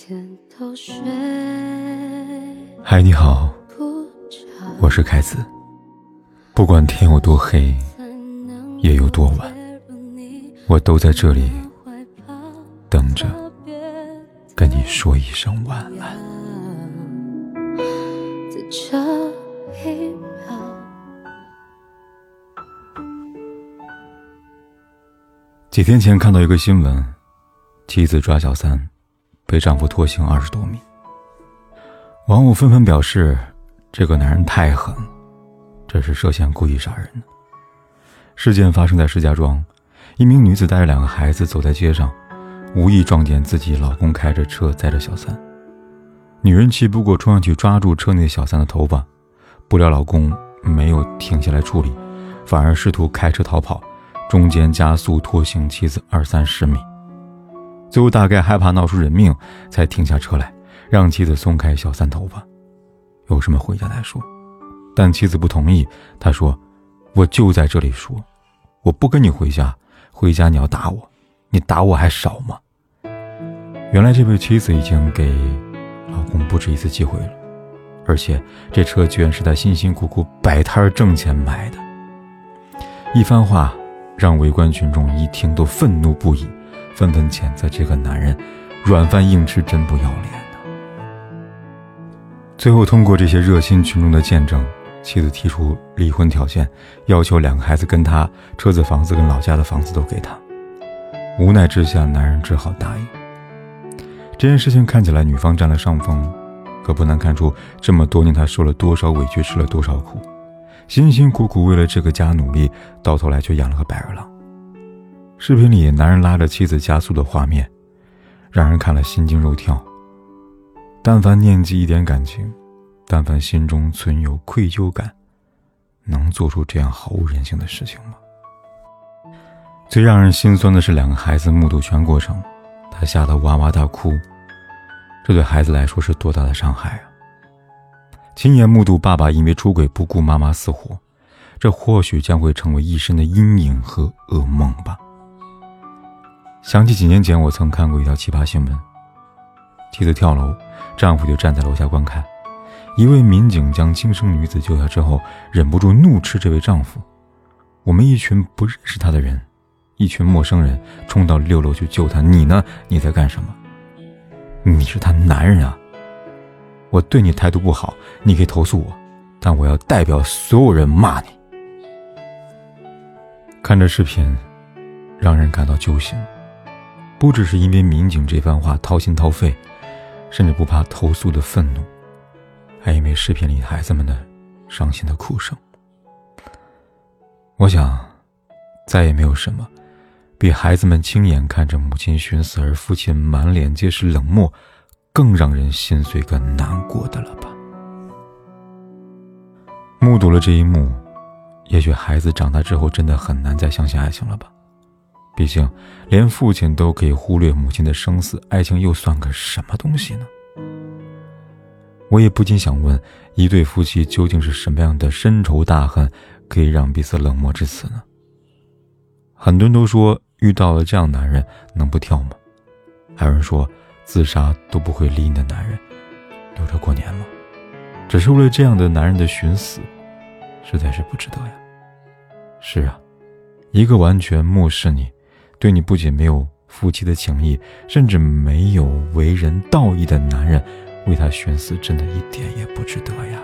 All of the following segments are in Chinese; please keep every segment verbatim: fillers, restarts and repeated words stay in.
嗨，你好，我是凯子。不管天有多黑，夜有多晚，我都在这里等着跟你说一声晚安。几天前看到一个新闻，妻子抓小三，被丈夫拖行二十多米。网友纷纷表示，这个男人太狠了，这是涉嫌故意杀人的。事件发生在石家庄，一名女子带着两个孩子走在街上，无意撞见自己老公开着车载着小三。女人气不过冲上去抓住车内小三的头发，不料老公没有停下来处理，反而试图开车逃跑，中间加速拖行妻子二三十米。最后大概害怕闹出人命，才停下车来，让妻子松开小三头发，有什么回家再说。但妻子不同意，她说，我就在这里说，我不跟你回家，回家你要打我，你打我还少吗？原来这位妻子已经给老公不止一次机会了，而且这车居然是他辛辛苦苦摆摊挣钱买的。一番话让围观群众一听都愤怒不已，纷纷谴责这个男人软饭硬吃，真不要脸的。最后通过这些热心群众的见证，妻子提出离婚条件，要求两个孩子跟他，车子房子跟老家的房子都给他。无奈之下，男人只好答应。这件事情看起来女方占了上风，可不难看出这么多年他受了多少委屈，吃了多少苦，辛辛苦苦为了这个家努力，到头来却养了个白眼狼。视频里男人拉着妻子加速的画面让人看了心惊肉跳。但凡念及一点感情，但凡心中存有愧疚感，能做出这样毫无人性的事情吗？最让人心酸的是两个孩子目睹全过程，他吓得哇哇大哭，这对孩子来说是多大的伤害啊！亲眼目睹爸爸因为出轨不顾妈妈死活，这或许将会成为一生的阴影和噩梦吧。想起几年前我曾看过一条奇葩新闻，妻子跳楼，丈夫就站在楼下观看。一位民警将轻生女子救下之后，忍不住怒斥这位丈夫，我们一群不认识他的人，一群陌生人冲到六楼去救他，你呢？你在干什么？你是他男人啊！我对你态度不好，你可以投诉我，但我要代表所有人骂你。看着视频让人感到揪心，不只是因为民警这番话掏心掏肺，甚至不怕投诉的愤怒，还因为视频里孩子们的伤心的哭声。我想再也没有什么比孩子们亲眼看着母亲寻死而父亲满脸皆是冷漠更让人心碎更难过的了吧。目睹了这一幕，也许孩子长大之后真的很难再相信爱情了吧。毕竟连父亲都可以忽略母亲的生死，爱情又算个什么东西呢？我也不禁想问，一对夫妻究竟是什么样的深仇大恨可以让彼此冷漠至此呢？很多人都说遇到了这样的男人能不跳吗？还有人说自杀都不会离你的男人留着过年吗？只是为了这样的男人的寻死，实在是不值得呀。是啊，一个完全漠视你，对你不仅没有夫妻的情谊，甚至没有为人道义的男人，为他寻死真的一点也不值得呀。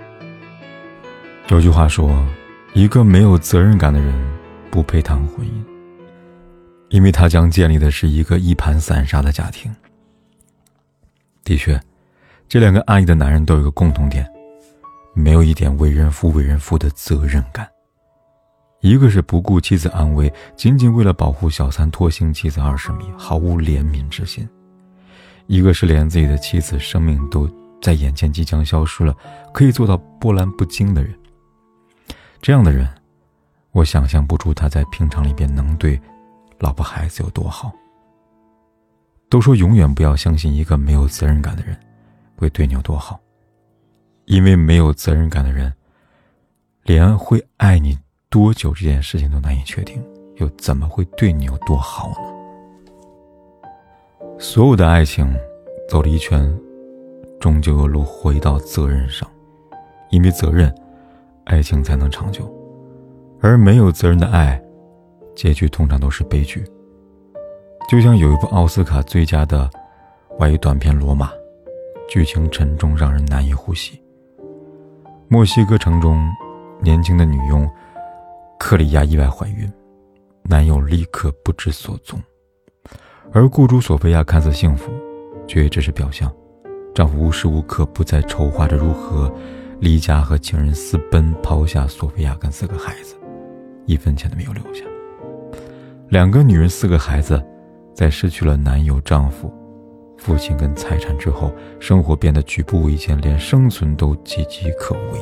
有句话说，一个没有责任感的人不配谈婚姻，因为他将建立的是一个一盘散沙的家庭。的确，这两个安逸的男人都有一个共同点，没有一点为人夫为人父的责任感。一个是不顾妻子安危，仅仅为了保护小三拖行妻子二十米，毫无怜悯之心；一个是连自己的妻子生命都在眼前即将消失了，可以做到波澜不惊的人。这样的人，我想象不出他在平常里边能对老婆孩子有多好。都说永远不要相信一个没有责任感的人会对你有多好，因为没有责任感的人连会爱你多久这件事情都难以确定，又怎么会对你有多好呢？所有的爱情走了一圈，终究又回到责任上，因为责任，爱情才能长久，而没有责任的爱，结局通常都是悲剧。就像有一部奥斯卡最佳的外语短片《罗马》，剧情沉重，让人难以呼吸。墨西哥城中，年轻的女佣克里亚意外怀孕，男友立刻不知所踪，而雇主索菲亚看似幸福，却只是表象。丈夫无时无刻不在筹划着如何离家和情人私奔，抛下索菲亚跟四个孩子，一分钱都没有留下。两个女人四个孩子，在失去了男友、丈夫、父亲跟财产之后，生活变得举步维艰，连生存都岌岌可危。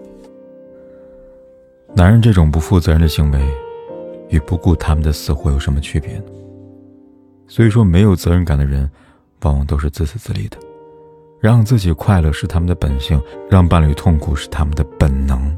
男人这种不负责任的行为，与不顾他们的死活有什么区别呢？所以说，没有责任感的人，往往都是自私自利的。让自己快乐是他们的本性，让伴侣痛苦是他们的本能。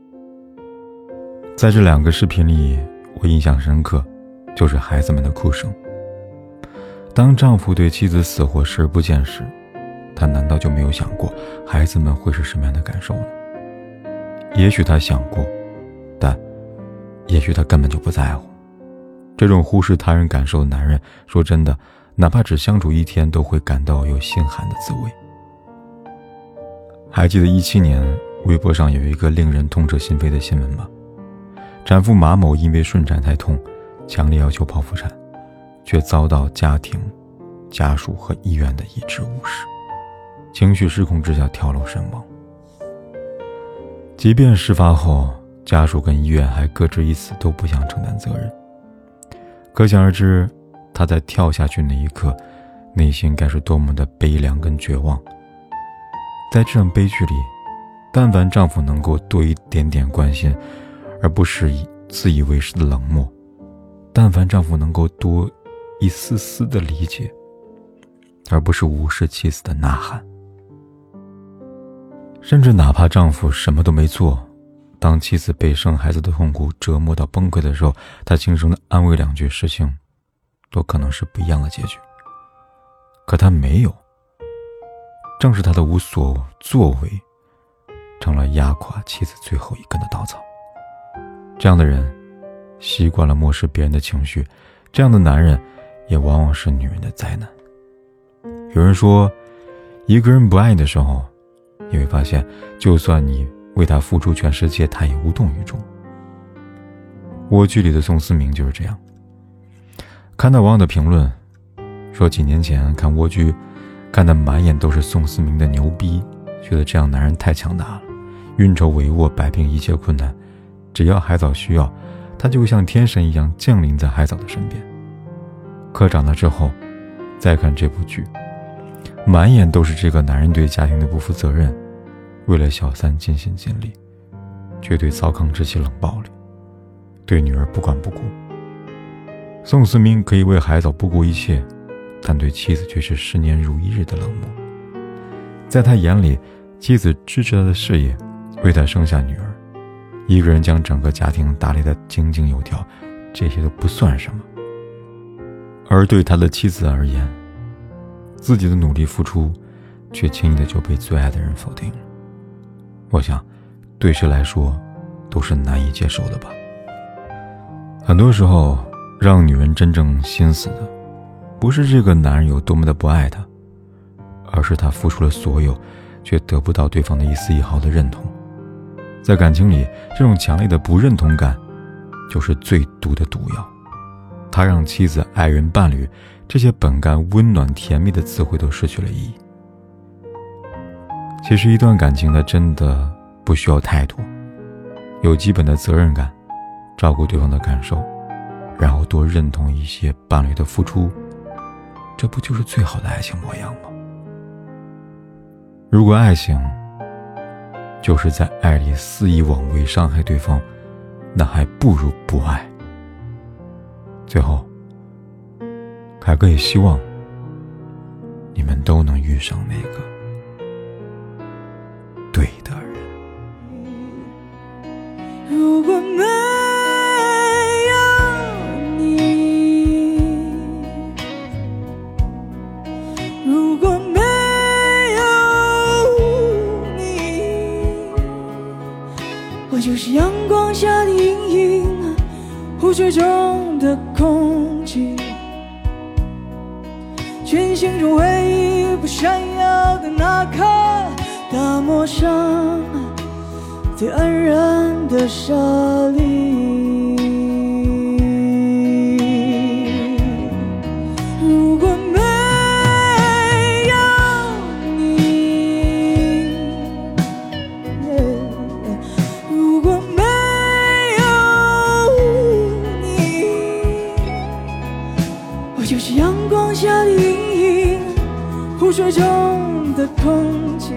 在这两个视频里，我印象深刻，就是孩子们的哭声。当丈夫对妻子死活视而不见时，他难道就没有想过孩子们会是什么样的感受呢？也许他想过，但也许他根本就不在乎。这种忽视他人感受的男人，说真的，哪怕只相处一天，都会感到有心寒的滋味。还记得一七年微博上有一个令人痛彻心扉的新闻吗？产妇马某因为顺产太痛，强烈要求剖腹产，却遭到家庭、家属和医院的一致无视，情绪失控之下跳楼身亡。即便事发后，家属跟医院还各执一词，都不想承担责任。可想而知，她在跳下去那一刻，内心该是多么的悲凉跟绝望。在这场悲剧里，但凡丈夫能够多一点点关心，而不是以自以为是的冷漠；但凡丈夫能够多一丝丝的理解，而不是无视妻子的呐喊。甚至哪怕丈夫什么都没做，当妻子被生孩子的痛苦折磨到崩溃的时候，他轻声的安慰两句，事情都可能是不一样的结局。可他没有，正是他的无所作为，成了压垮妻子最后一根的稻草。这样的人习惯了漠视别人的情绪，这样的男人也往往是女人的灾难。有人说，一个人不爱你的时候，你会发现，就算你为他付出全世界，他也无动于衷。蜗居里的宋思明就是这样。看到网友的评论说，几年前看蜗居，看得满眼都是宋思明的牛逼，觉得这样男人太强大了，运筹帷幄，摆平一切困难，只要海藻需要，他就会像天神一样降临在海藻的身边。可长大之后再看这部剧，满眼都是这个男人对家庭的不负责任，为了小三尽心尽力，却对糟糠之妻冷暴力，对女儿不管不顾。宋思明可以为海藻不顾一切，但对妻子却是十年如一日的冷漠。在他眼里，妻子支持他的事业，为他生下女儿，一个人将整个家庭打理得井井有条，这些都不算什么。而对他的妻子而言，自己的努力付出，却轻易的就被最爱的人否定了。我想，对谁来说，都是难以接受的吧。很多时候，让女人真正心死的，不是这个男人有多么的不爱她，而是他付出了所有，却得不到对方的一丝一毫的认同。在感情里，这种强烈的不认同感，就是最毒的毒药。它让妻子、爱人、伴侣这些本该温暖甜蜜的词汇都失去了意义。其实一段感情呢，真的不需要太多，有基本的责任感，照顾对方的感受，然后多认同一些伴侣的付出，这不就是最好的爱情模样吗？如果爱情就是在爱里肆意妄为，伤害对方，那还不如不爱。最后，凯哥也希望你们都能遇上那个对的人。 如果没有你，如果没就是阳光下的阴影，湖水中的空气，全心中唯一不闪耀的那颗大漠上最黯然的沙粒。如果没有你，如果没有你，我就是阳光下的阴影，湖水中的空气，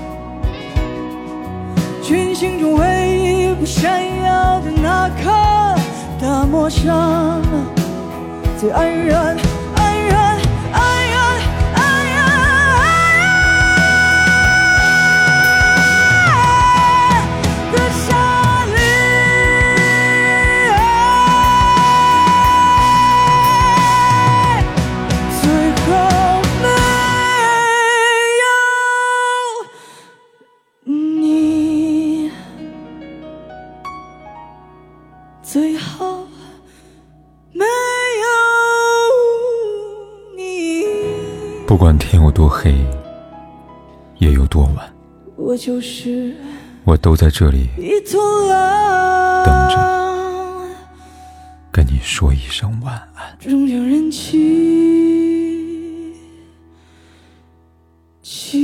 全心中唯一不闪耀的那颗大漠上最黯然黯然黯然黯然的沙粒。最后没有你，最后没有你。 不管天有多黑，夜有多晚， 我就是我都在这里一头狼， 等着跟你说一声晚安。 终将人弃弃。